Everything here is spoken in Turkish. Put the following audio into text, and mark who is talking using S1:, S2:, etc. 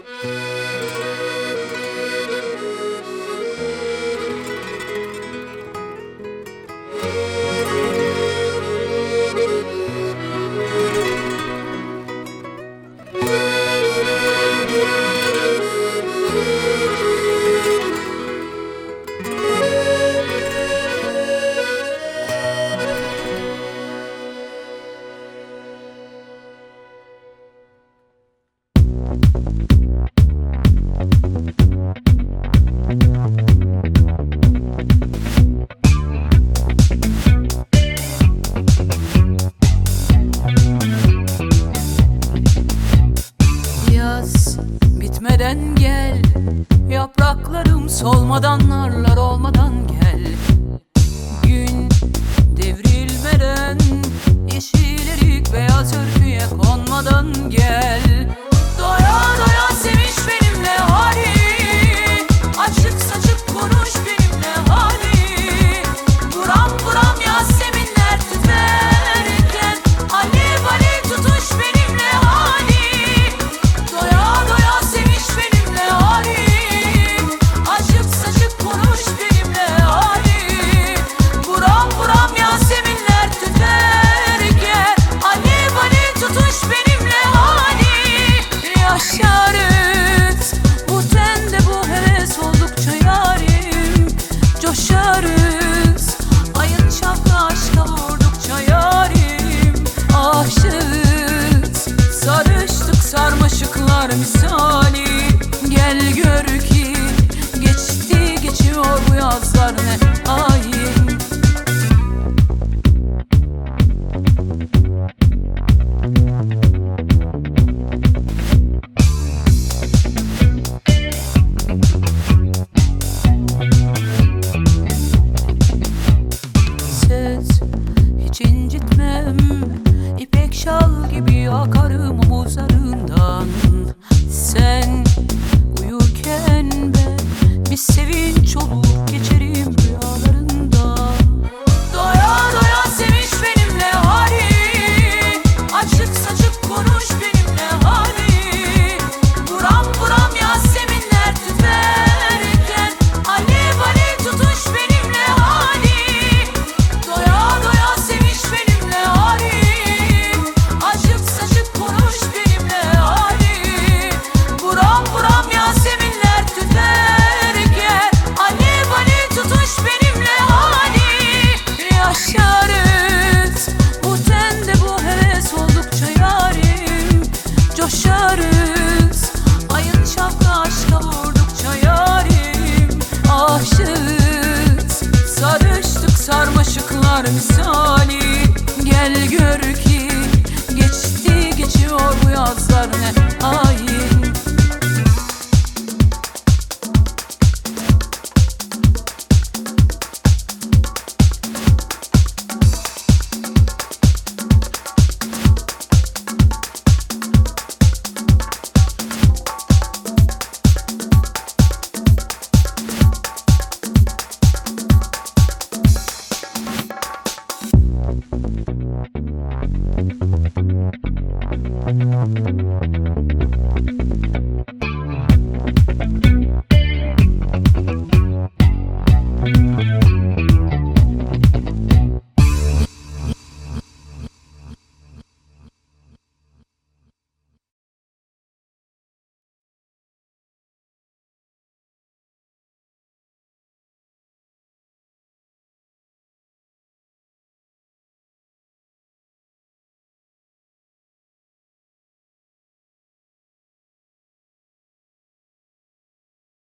S1: Bitmeden gel, yapraklarım solmadan, narlar olmadan gel. Gün devrilmeden, yeşil erik beyaz örtüye konmadan gel. Doya doya sevinç benimle hadi, açık saçık konuş benimle hadi. Buram buram yaseminler tüterken, alev alev tutuş benimle hadi. Doya doya sevinç benimle hadi, açık saçık konuş benimle hadi. Buram buram yaseminler tüterken, alev alev tutuş benimle hadi. Yaşarız bu tende bu heves oldukça yarim, coşarız ayın çaplı aşka vurdukça yarim. Aşığız sarıştık sarmaşıklar misali, gel gör ki geçti geçiyor bu yazlar ne